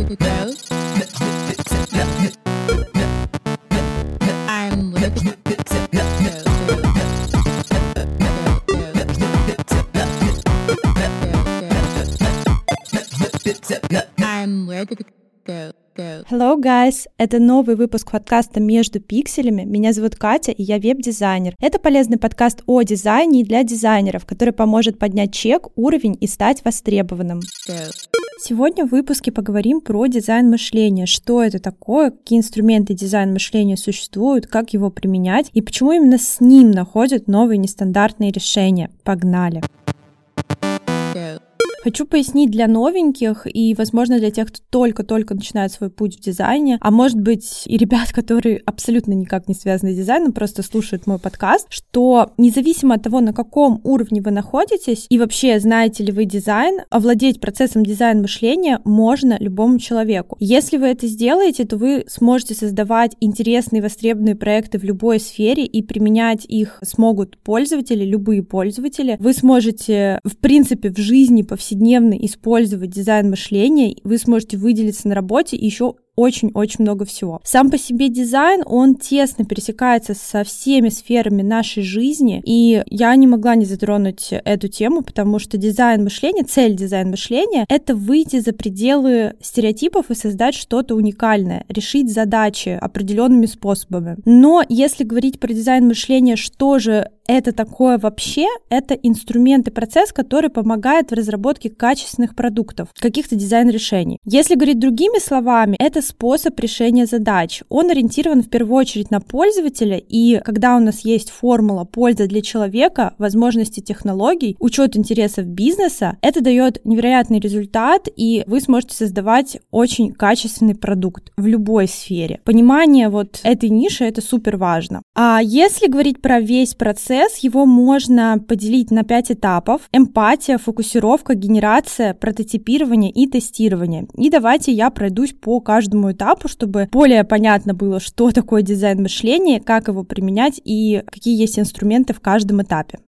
Hello, guys! Это новый выпуск подкаста «Между пикселями». Меня зовут Катя, и я веб-дизайнер. Это полезный подкаст о дизайне и для дизайнеров, который поможет поднять чек, уровень и стать востребованным. Сегодня в выпуске поговорим про дизайн мышления, что это такое, какие инструменты дизайн мышления существуют, как его применять и почему именно с ним находят новые нестандартные решения. Погнали! Хочу пояснить для новеньких и, возможно, для тех, кто только-только начинает свой путь в дизайне, а может быть и ребят, которые абсолютно никак не связаны с дизайном, просто слушают мой подкаст, что независимо от того, на каком уровне вы находитесь и вообще знаете ли вы дизайн, овладеть процессом дизайн мышления можно любому человеку. Если вы это сделаете, то вы сможете создавать интересные востребованные проекты в любой сфере и применять их смогут пользователи, любые пользователи. Вы сможете, в принципе, в жизни повседневно использовать дизайн мышления, вы сможете выделиться на работе и еще очень-очень много всего. Сам по себе дизайн, он тесно пересекается со всеми сферами нашей жизни, и я не могла не затронуть эту тему, потому что дизайн мышления, цель дизайн мышления — это выйти за пределы стереотипов и создать что-то уникальное, решить задачи определенными способами. Но если говорить про дизайн мышления, что же это такое вообще? Это инструмент и процесс, который помогает в разработке качественных продуктов, каких-то дизайн-решений. Если говорить другими словами, это способ решения задач. Он ориентирован в первую очередь на пользователя, и когда у нас есть формула «польза для человека», возможности технологий, учет интересов бизнеса, это дает невероятный результат, и вы сможете создавать очень качественный продукт в любой сфере. Понимание вот этой ниши — это супер важно. А если говорить про весь процесс, его можно поделить на 5 этапов: эмпатия, фокусировка, генерация, прототипирование и тестирование. И давайте я пройдусь по каждому этапу, чтобы более понятно было, что такое дизайн мышления, как его применять и какие есть инструменты в каждом этапе.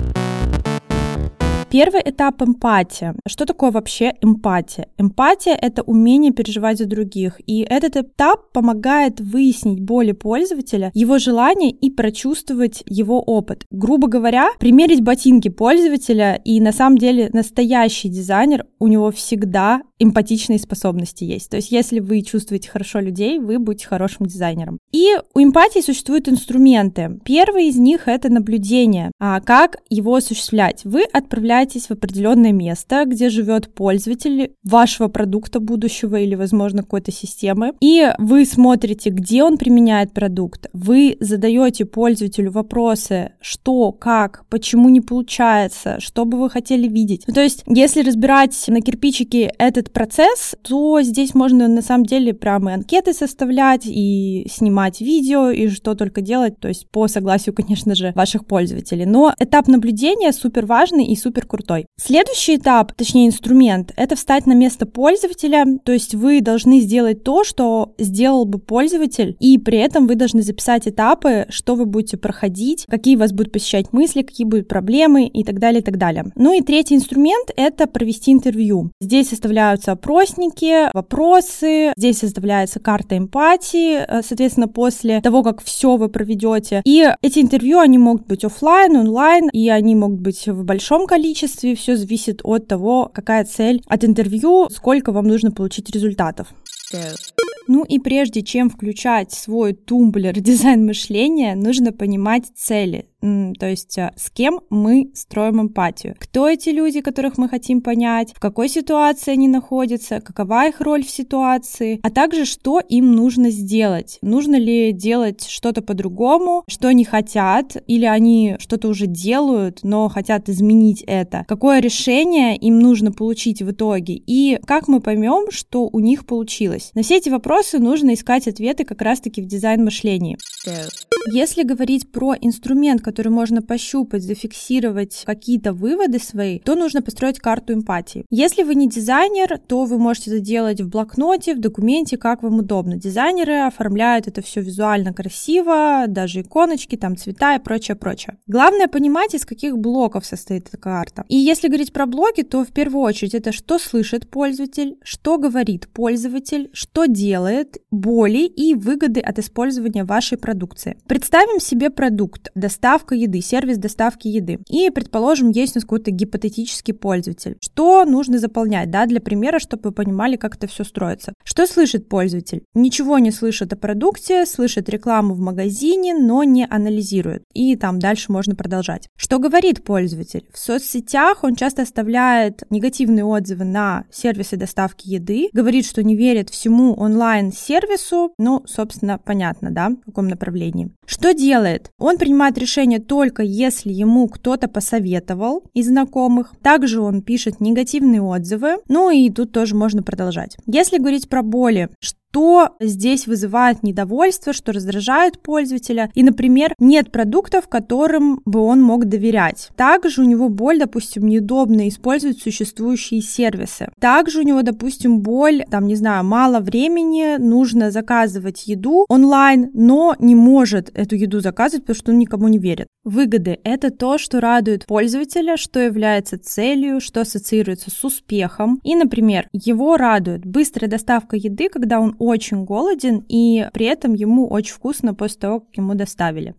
Первый этап — эмпатия. Что такое вообще эмпатия? Эмпатия — это умение переживать за других, и этот этап помогает выяснить боли пользователя, его желания и прочувствовать его опыт. Грубо говоря, примерить ботинки пользователя, и на самом деле настоящий дизайнер, у него всегда эмпатичные способности есть. То есть если вы чувствуете хорошо людей, вы будете хорошим дизайнером. И у эмпатии существуют инструменты. Первый из них — это наблюдение. А как его осуществлять? Вы отправляетесь в определенное место, где живет пользователь вашего продукта будущего или, возможно, какой-то системы, и вы смотрите, где он применяет продукт. Вы задаете пользователю вопросы: что, как, почему не получается, что бы вы хотели видеть. То есть, если разбирать на кирпичики этот процесс, то здесь можно на самом деле прямо и анкеты составлять, и снимать видео, и что только делать, то есть по согласию, конечно же, ваших пользователей. Но этап наблюдения супер важный и супер крутой. Следующий этап, точнее инструмент, это встать на место пользователя, то есть вы должны сделать то, что сделал бы пользователь, и при этом вы должны записать этапы, что вы будете проходить, какие вас будут посещать мысли, какие будут проблемы и так далее, и так далее. Ну и третий инструмент — это провести интервью. Здесь составляются опросники, вопросы, здесь составляется карта эмпатии, соответственно, после того, как все вы проведете. И эти интервью, они могут быть офлайн, онлайн, и они могут быть в большом количестве, все зависит от того, какая цель от интервью, сколько вам нужно получить результатов. Ну и прежде чем включать свой тумблер дизайн мышления, нужно понимать цели. То есть с кем мы строим эмпатию. Кто эти люди, которых мы хотим понять, в какой ситуации они находятся, какова их роль в ситуации, а также что им нужно сделать. Нужно ли делать что-то по-другому, что они хотят, или они что-то уже делают, но хотят изменить это. Какое решение им нужно получить в итоге и как мы поймем, что у них получилось. На все эти вопросы нужно искать ответы как раз-таки в дизайн мышлении. Если говорить про инструмент, которую можно пощупать, зафиксировать какие-то выводы свои, то нужно построить карту эмпатии. Если вы не дизайнер, то вы можете это делать в блокноте, в документе, как вам удобно. Дизайнеры оформляют это все визуально красиво, даже иконочки, там цвета и прочее. Главное понимать, из каких блоков состоит эта карта. И если говорить про блоки, то в первую очередь это что слышит пользователь, что говорит пользователь, что делает, боли и выгоды от использования вашей продукции. Представим себе продукт, доставка еды, сервис доставки еды. И, предположим, есть у нас какой-то гипотетический пользователь. Что нужно заполнять, для примера, чтобы вы понимали, как это все строится. Что слышит пользователь? Ничего не слышит о продукте, слышит рекламу в магазине, но не анализирует. И там дальше можно продолжать. Что говорит пользователь? В соцсетях он часто оставляет негативные отзывы на сервисы доставки еды, говорит, что не верит всему онлайн-сервису, собственно, понятно, в каком направлении. Что делает? Он принимает решение только если ему кто-то посоветовал из знакомых. Также он пишет негативные отзывы. И тут тоже можно продолжать. Если говорить про боли, что здесь вызывает недовольство, что раздражает пользователя. И, например, нет продуктов, которым бы он мог доверять. Также у него боль, допустим, неудобно использовать существующие сервисы. Также у него, допустим, боль, мало времени, нужно заказывать еду онлайн, но не может эту еду заказывать, потому что он никому не верит. Выгоды – это то, что радует пользователя, что является целью, что ассоциируется с успехом. И, например, его радует быстрая доставка еды, когда он очень голоден, и при этом ему очень вкусно после того, как ему доставили.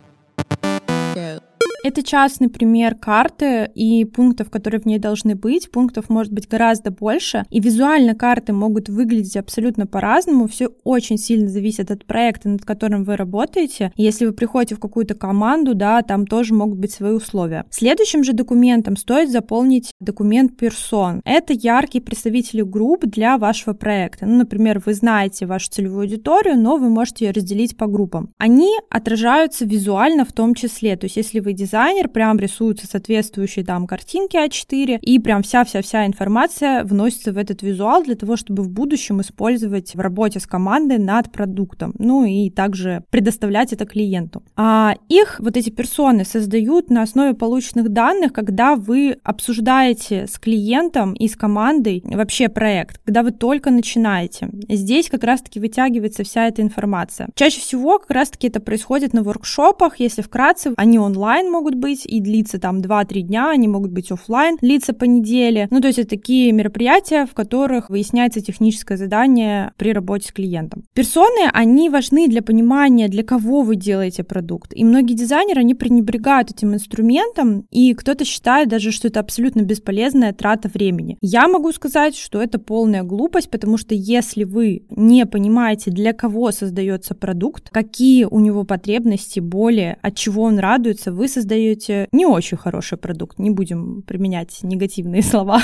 Это частный пример карты и пунктов, которые в ней должны быть. Пунктов может быть гораздо больше. И визуально карты могут выглядеть абсолютно по-разному. Все очень сильно зависит от проекта, над которым вы работаете. И если вы приходите в какую-то команду, там тоже могут быть свои условия. Следующим же документом стоит заполнить документ персон. Это яркие представители групп для вашего проекта. Например, вы знаете вашу целевую аудиторию, но вы можете ее разделить по группам. Они отражаются визуально в том числе. То есть, если вы дизайнер, прям рисуются соответствующие картинки А4, и прям вся информация вносится в этот визуал для того, чтобы в будущем использовать в работе с командой над продуктом, и также предоставлять это клиенту. Их, эти персоны, создают на основе полученных данных, когда вы обсуждаете с клиентом и с командой вообще проект, когда вы только начинаете. Здесь как раз-таки вытягивается вся эта информация. Чаще всего как раз-таки это происходит на воркшопах, если вкратце, они онлайн могут быть и длиться 2-3 дня, они могут быть офлайн, длиться по неделе. То есть это такие мероприятия, в которых выясняется техническое задание при работе с клиентом. Персоны, они важны для понимания, для кого вы делаете продукт. И многие дизайнеры, они пренебрегают этим инструментом, и кто-то считает даже, что это абсолютно бесполезная трата времени. Я могу сказать, что это полная глупость, потому что если вы не понимаете, для кого создается продукт, какие у него потребности, боли, от чего он радуется, вы создаете не очень хороший продукт, не будем применять негативные слова.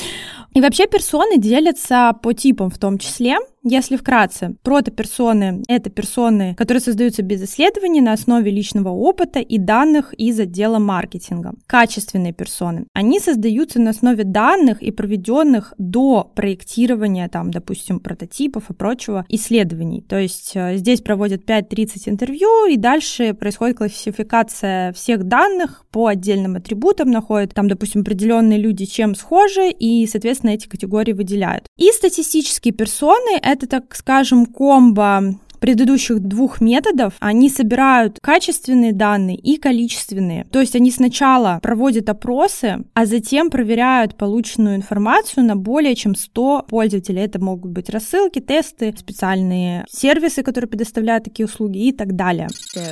И вообще персоны делятся по типам в том числе. Если вкратце, протоперсоны — это персоны, которые создаются без исследований на основе личного опыта и данных из отдела маркетинга. Качественные персоны. Они создаются на основе данных и проведенных до проектирования, допустим, прототипов и прочего исследований. То есть здесь проводят 5-30 интервью, и дальше происходит классификация всех данных по отдельным атрибутам, находят допустим, определенные люди чем схожи, и, соответственно, эти категории выделяют. И статистические персоны — это, так скажем, комбо предыдущих двух методов. Они собирают качественные данные и количественные. То есть они сначала проводят опросы, а затем проверяют полученную информацию на более чем 100 пользователей. Это могут быть рассылки, тесты, специальные сервисы, которые предоставляют такие услуги и так далее.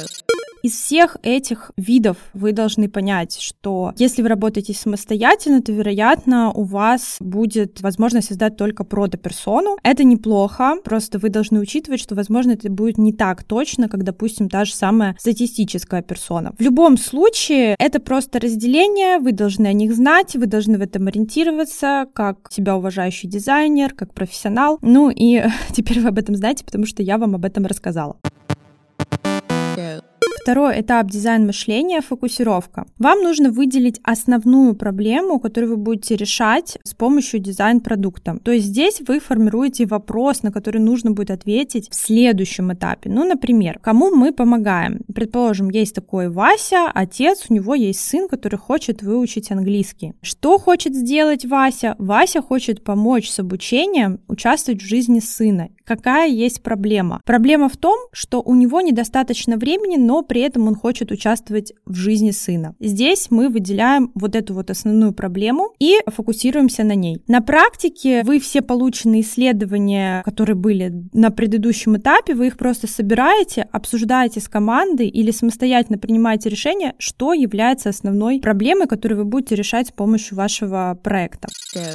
Из всех этих видов вы должны понять, что если вы работаете самостоятельно, то, вероятно, у вас будет возможность создать только протоперсону. Это неплохо, просто вы должны учитывать, что, возможно, это будет не так точно, как, допустим, та же самая статистическая персона. В любом случае, это просто разделение, вы должны о них знать, вы должны в этом ориентироваться, как себя уважающий дизайнер, как профессионал. И теперь вы об этом знаете, потому что я вам об этом рассказала. Второй этап дизайн-мышления — фокусировка. Вам нужно выделить основную проблему, которую вы будете решать с помощью дизайн-продукта. То есть здесь вы формируете вопрос, на который нужно будет ответить в следующем этапе. Ну, например, кому мы помогаем? Предположим, есть такой Вася, отец, у него есть сын, который хочет выучить английский. Что хочет сделать Вася? Вася хочет помочь с обучением, участвовать в жизни сына. Какая есть проблема? Проблема в том, что у него недостаточно времени, но при этом он хочет участвовать в жизни сына. Здесь мы выделяем вот эту вот основную проблему и фокусируемся на ней. На практике вы все полученные исследования, которые были на предыдущем этапе, вы их просто собираете, обсуждаете с командой или самостоятельно принимаете решение, что является основной проблемой, которую вы будете решать с помощью вашего проекта.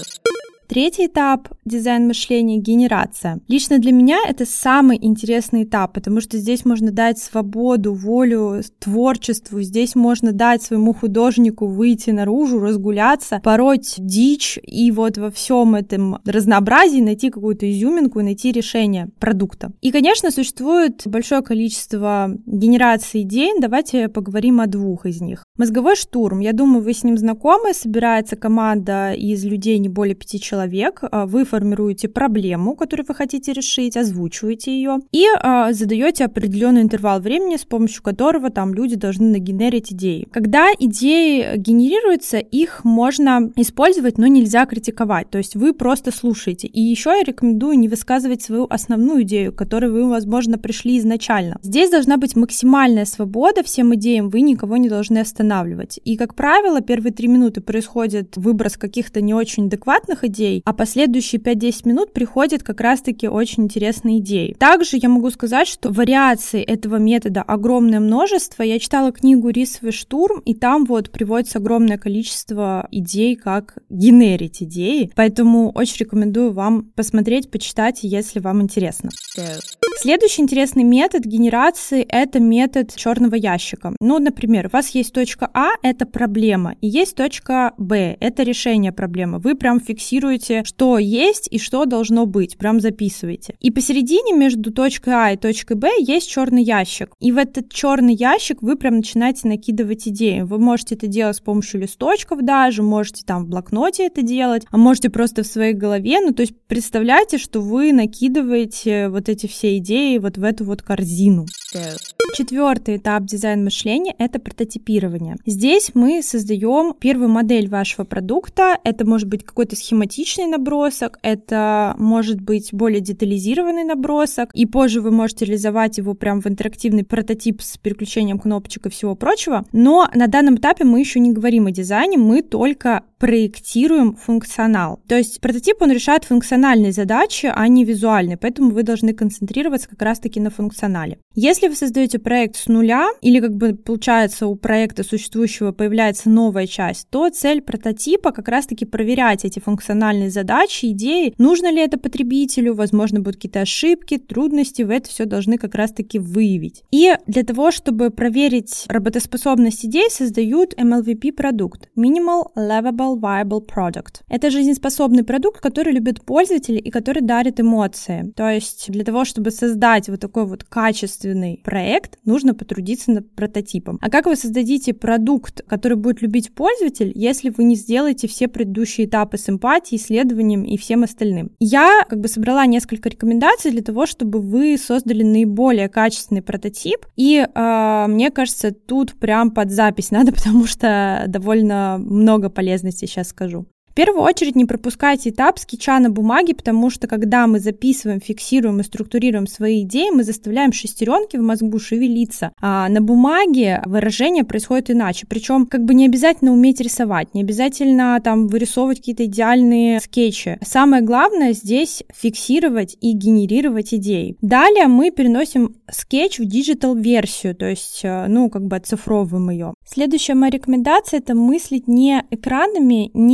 Третий этап дизайн-мышления — генерация. Лично для меня это самый интересный этап, потому что здесь можно дать свободу, волю творчеству, здесь можно дать своему художнику выйти наружу, разгуляться, пороть дичь и вот во всем этом разнообразии найти какую-то изюминку и найти решение продукта. И, конечно, существует большое количество генераций идей, давайте поговорим о двух из них. Мозговой штурм, я думаю, вы с ним знакомы, собирается команда из людей не более 5 человек, вы формируете проблему, которую вы хотите решить, озвучиваете ее и задаете определенный интервал времени, с помощью которого там люди должны нагенерить идеи. Когда идеи генерируются, их можно использовать, но нельзя критиковать, то есть вы просто слушаете. И еще я рекомендую не высказывать свою основную идею, к которой вы, возможно, пришли изначально. Здесь должна быть максимальная свобода всем идеям, вы никого не должны останавливать. И, как правило, первые 3 минуты происходит выброс каких-то не очень адекватных идей, а последующие 5-10 минут приходят как раз-таки очень интересные идеи. Также я могу сказать, что вариаций этого метода огромное множество. Я читала книгу «Рисовый штурм», и там вот приводится огромное количество идей, как генерить идеи, поэтому очень рекомендую вам посмотреть, почитать, если вам интересно. Следующий интересный метод генерации — это метод черного ящика. Ну, например, у вас есть точка А — это проблема, и есть точка Б — это решение проблемы. Вы прям фиксируете, что есть и что должно быть, прям записываете. И посередине между точкой А и точкой Б есть черный ящик. И в этот черный ящик вы прям начинаете накидывать идеи. Вы можете это делать с помощью листочков даже, можете там в блокноте это делать, а можете просто в своей голове. Ну, то есть представляйте, что вы накидываете вот эти все идеи вот в эту вот корзину. Четвертый этап дизайн-мышления — это прототипирование. Здесь мы создаем первую модель вашего продукта. Это может быть какой-то схематичный набросок, это может быть более детализированный набросок, и позже вы можете реализовать его прям в интерактивный прототип с переключением кнопочек и всего прочего. Но на данном этапе мы еще не говорим о дизайне, мы только проектируем функционал. То есть прототип, он решает функциональные задачи, а не визуальные, поэтому вы должны концентрироваться как раз-таки на функционале. Если вы создаете проект с нуля, или как бы получается у проекта существующего появляется новая часть, то цель прототипа как раз-таки проверять эти функциональные задачи, идеи, нужно ли это потребителю, возможно, будут какие-то ошибки, трудности, вы это все должны как раз-таки выявить. И для того, чтобы проверить работоспособность идей, создают MLVP-продукт – Minimal Livable Viable Product. Это жизнеспособный продукт, который любят пользователи и который дарит эмоции. То есть для того, чтобы создать вот такой вот качественный проект, нужно потрудиться над прототипом. А как вы создадите продукт, который будет любить пользователь, если вы не сделаете все предыдущие этапы с эмпатией, исследованием и всем остальным? Я собрала несколько рекомендаций для того, чтобы вы создали наиболее качественный прототип, и мне кажется, тут прям под запись надо, потому что довольно много полезности сейчас скажу. В первую очередь не пропускайте этап скетча на бумаге, потому что когда мы записываем, фиксируем и структурируем свои идеи, мы заставляем шестеренки в мозгу шевелиться. А на бумаге выражение происходит иначе. Причем не обязательно уметь рисовать, не обязательно там вырисовывать какие-то идеальные скетчи. Самое главное здесь фиксировать и генерировать идеи. Далее мы переносим скетч в диджитал-версию, то есть, оцифровываем ее. Следующая моя рекомендация — это мыслить не экранами, не компьютерами,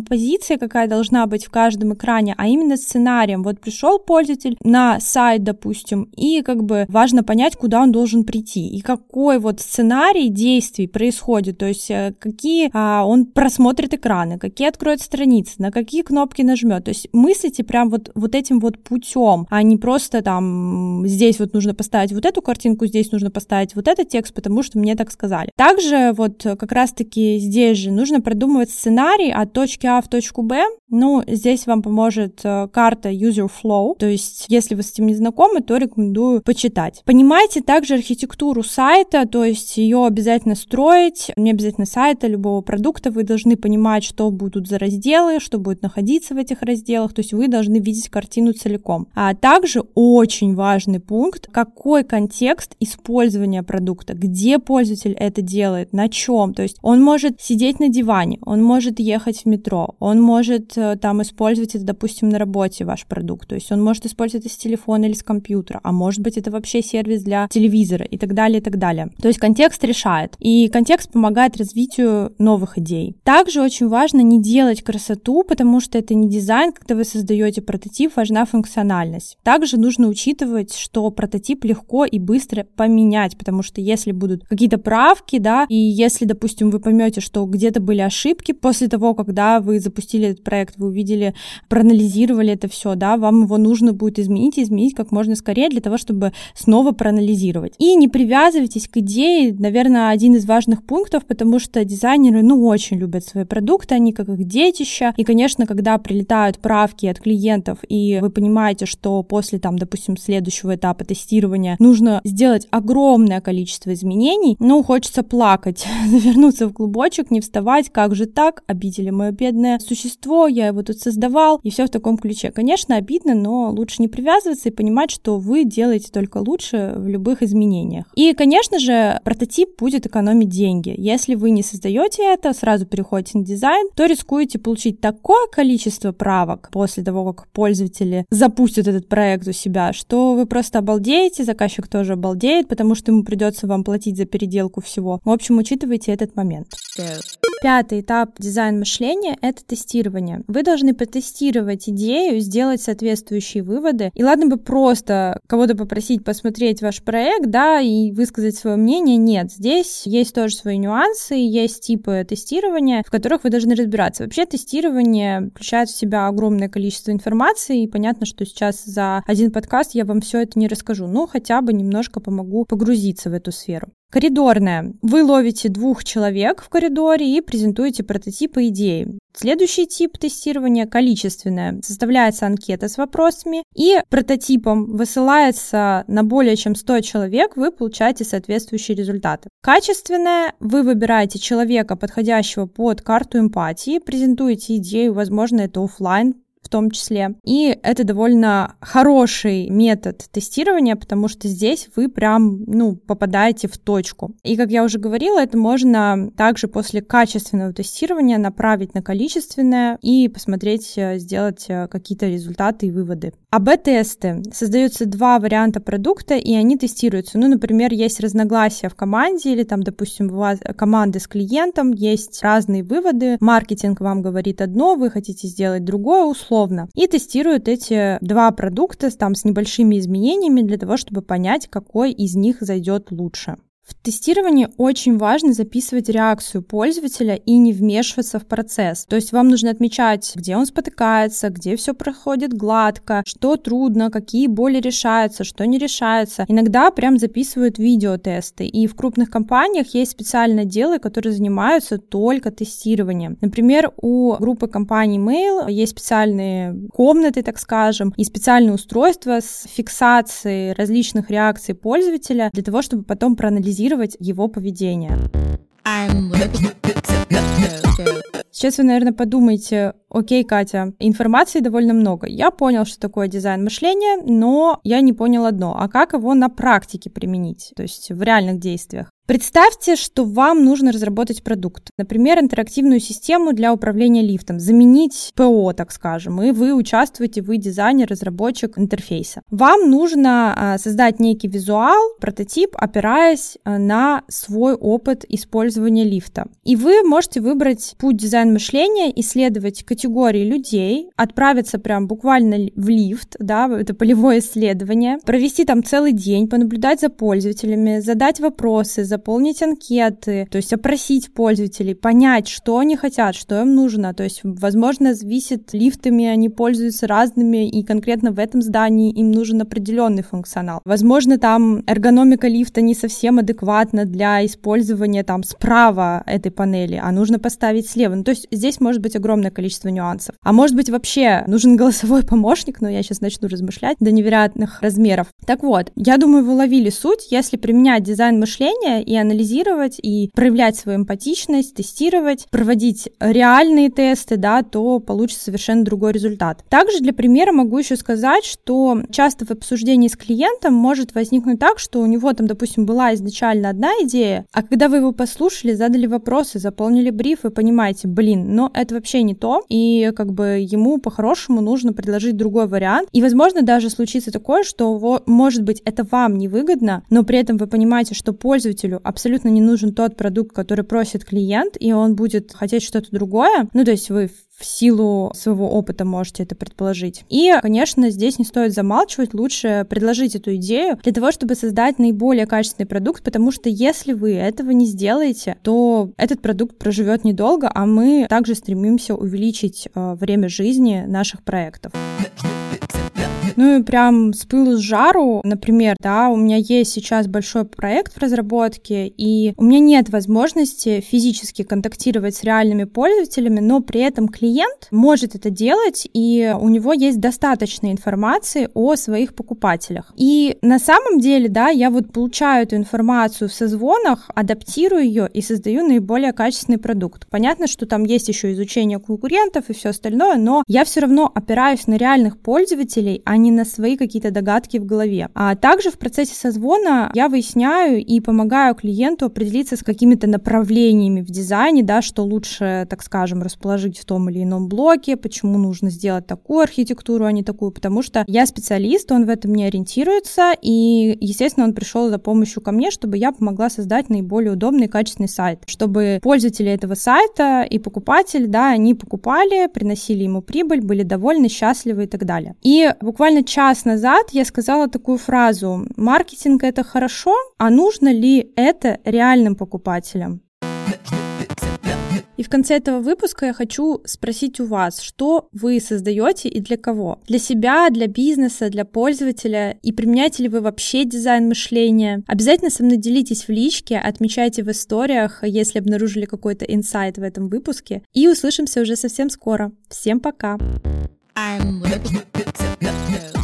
композиция, какая должна быть в каждом экране, а именно сценарием. Вот пришел пользователь на сайт, допустим, и как бы важно понять, куда он должен прийти, и какой вот сценарий действий происходит, то есть какие он просмотрит экраны, какие откроет страницы, на какие кнопки нажмет. То есть мыслите прям вот этим вот путем, а не просто там здесь вот нужно поставить вот эту картинку, здесь нужно поставить вот этот текст, потому что мне так сказали. Также вот как раз-таки здесь же нужно продумывать сценарий от точки А в точку Б. Ну, здесь вам поможет карта User Flow, то есть если вы с этим не знакомы, то рекомендую почитать. Понимайте также архитектуру сайта, то есть ее обязательно строить, не обязательно сайта, любого продукта, вы должны понимать, что будут за разделы, что будет находиться в этих разделах, то есть вы должны видеть картину целиком. А также очень важный пункт, какой контекст использования продукта, где пользователь это делает, на чем, то есть он может сидеть на диване, он может ехать в метро, он может там использовать это, допустим, на работе ваш продукт, то есть он может использовать это с телефона или с компьютера, а может быть это вообще сервис для телевизора и так далее, и так далее. То есть контекст решает, и контекст помогает развитию новых идей. Также очень важно не делать красоту, потому что это не дизайн, когда вы создаете прототип, важна функциональность. Также нужно учитывать, что прототип легко и быстро поменять, потому что если будут какие-то правки, да, и если, допустим, вы поймете, что где-то были ошибки после того, когда вы запустили этот проект, вы увидели, проанализировали это все, да, вам его нужно будет изменить как можно скорее для того, чтобы снова проанализировать. И не привязывайтесь к идее, наверное, один из важных пунктов, потому что дизайнеры, очень любят свои продукты, они как их детища, и, конечно, когда прилетают правки от клиентов, и вы понимаете, что после, там, допустим, следующего этапа тестирования нужно сделать огромное количество изменений, хочется плакать, завернуться в клубочек, не вставать, как же так, обидели мое бедное существо, я его тут создавал, и все в таком ключе. Конечно, обидно, но лучше не привязываться и понимать, что вы делаете только лучше в любых изменениях. И, конечно же, прототип будет экономить деньги. Если вы не создаете это, сразу переходите на дизайн, то рискуете получить такое количество правок после того, как пользователи запустят этот проект у себя, что вы просто обалдеете, заказчик тоже обалдеет, потому что ему придется вам платить за переделку всего. В общем, учитывайте этот момент. Пятый этап дизайн-мышления — это тестирование. Вы должны протестировать идею, сделать соответствующие выводы. И ладно бы просто кого-то попросить посмотреть ваш проект, да, и высказать свое мнение. Нет, здесь есть тоже свои нюансы, есть типы тестирования, в которых вы должны разбираться. Вообще тестирование включает в себя огромное количество информации, и понятно, что сейчас за один подкаст я вам все это не расскажу, но хотя бы немножко помогу погрузиться в эту сферу. Коридорная. Вы ловите 2 человек в коридоре и презентуете прототипы идеи. Следующий тип тестирования — количественное. Составляется анкета с вопросами, и прототипом высылается на более чем 100 человек, вы получаете соответствующие результаты. Качественное. Вы выбираете человека, подходящего под карту эмпатии, презентуете идею, возможно, это офлайн, в том числе. И это довольно хороший метод тестирования, потому что здесь вы прям, попадаете в точку. И, как я уже говорила, это можно также после качественного тестирования направить на количественное и посмотреть, сделать какие-то результаты и выводы. АБ-тесты. Создаются 2 варианта продукта, и они тестируются. Например, есть разногласия в команде, или там, допустим, у вас команды с клиентом, есть разные выводы, маркетинг вам говорит одно, вы хотите сделать другое условно, и тестируют эти 2 продукта там с небольшими изменениями для того, чтобы понять, какой из них зайдет лучше. В тестировании очень важно записывать реакцию пользователя и не вмешиваться в процесс. То есть вам нужно отмечать, где он спотыкается, где все проходит гладко, что трудно, какие боли решаются, что не решаются. Иногда прям записывают видеотесты. И в крупных компаниях есть специальные отделы, которые занимаются только тестированием. Например, у группы компаний Mail есть специальные комнаты, так скажем, и специальные устройства с фиксацией различных реакций пользователя для того, чтобы потом проанализировать его поведение. Сейчас вы, наверное, подумаете: окей, Катя, информации довольно много. Я понял, что такое дизайн мышления, но я не понял одно: а как его на практике применить, то есть в реальных действиях? Представьте, что вам нужно разработать продукт, например, интерактивную систему для управления лифтом, заменить ПО, так скажем, и вы участвуете, вы дизайнер, разработчик интерфейса. Вам нужно создать некий визуал, прототип, опираясь на свой опыт использования лифта. И вы можете выбрать путь дизайн-мышления, исследовать категории людей, отправиться прям буквально в лифт, да, это полевое исследование, провести там целый день, понаблюдать за пользователями, задать вопросы, заполнить анкеты, то есть опросить пользователей, понять, что они хотят, что им нужно. То есть, возможно, зависит, лифтами они пользуются разными, и конкретно в этом здании им нужен определенный функционал. Возможно, там эргономика лифта не совсем адекватна для использования там справа этой панели, а нужно поставить слева. Ну, то есть здесь может быть огромное количество нюансов. А может быть, вообще нужен голосовой помощник, но я сейчас начну размышлять до невероятных размеров. Так вот, я думаю, вы уловили суть. Если применять дизайн мышления и анализировать, и проявлять свою эмпатичность, тестировать, проводить реальные тесты, да, то получится совершенно другой результат. Также для примера могу еще сказать, что часто в обсуждении с клиентом может возникнуть так, что у него там, допустим, была изначально одна идея, а когда вы его послушали, задали вопросы, заполнили бриф, вы понимаете, но это вообще не то, и как бы ему по-хорошему нужно предложить другой вариант, и, возможно, даже случится такое, что, может быть, это вам невыгодно, но при этом вы понимаете, что пользователю абсолютно не нужен тот продукт, который просит клиент, и он будет хотеть что-то другое, ну, то есть вы в силу своего опыта можете это предположить. И, конечно, здесь не стоит замалчивать, лучше предложить эту идею для того, чтобы создать наиболее качественный продукт, потому что если вы этого не сделаете, то этот продукт проживет недолго, а мы также стремимся увеличить время жизни наших проектов. Ну и прям с пылу с жару, например, да, у меня есть сейчас большой проект в разработке, и у меня нет возможности физически контактировать с реальными пользователями, но при этом клиент может это делать, и у него есть достаточно информации о своих покупателях. И на самом деле, да, я вот получаю эту информацию в созвонах, адаптирую ее и создаю наиболее качественный продукт. Понятно, что там есть еще изучение конкурентов и все остальное, но я все равно опираюсь на реальных пользователей, а не на свои какие-то догадки в голове. А также в процессе созвона я выясняю и помогаю клиенту определиться с какими-то направлениями в дизайне, да, что лучше, так скажем, расположить в том или ином блоке, почему нужно сделать такую архитектуру, а не такую, потому что я специалист, он в этом не ориентируется, и, естественно, он пришел за помощью ко мне, чтобы я помогла создать наиболее удобный и качественный сайт, чтобы пользователи этого сайта и покупатели, да, они покупали, приносили ему прибыль, были довольны, счастливы и так далее. И буквально час назад я сказала такую фразу: маркетинг — это хорошо, а нужно ли это реальным покупателям? И в конце этого выпуска я хочу спросить у вас, что вы создаете и для кого? Для себя, для бизнеса, для пользователя? И применяете ли вы вообще дизайн мышления? Обязательно со мной делитесь в личке, отмечайте в историях, если обнаружили какой-то инсайт в этом выпуске. И услышимся уже совсем скоро. Всем пока! I'm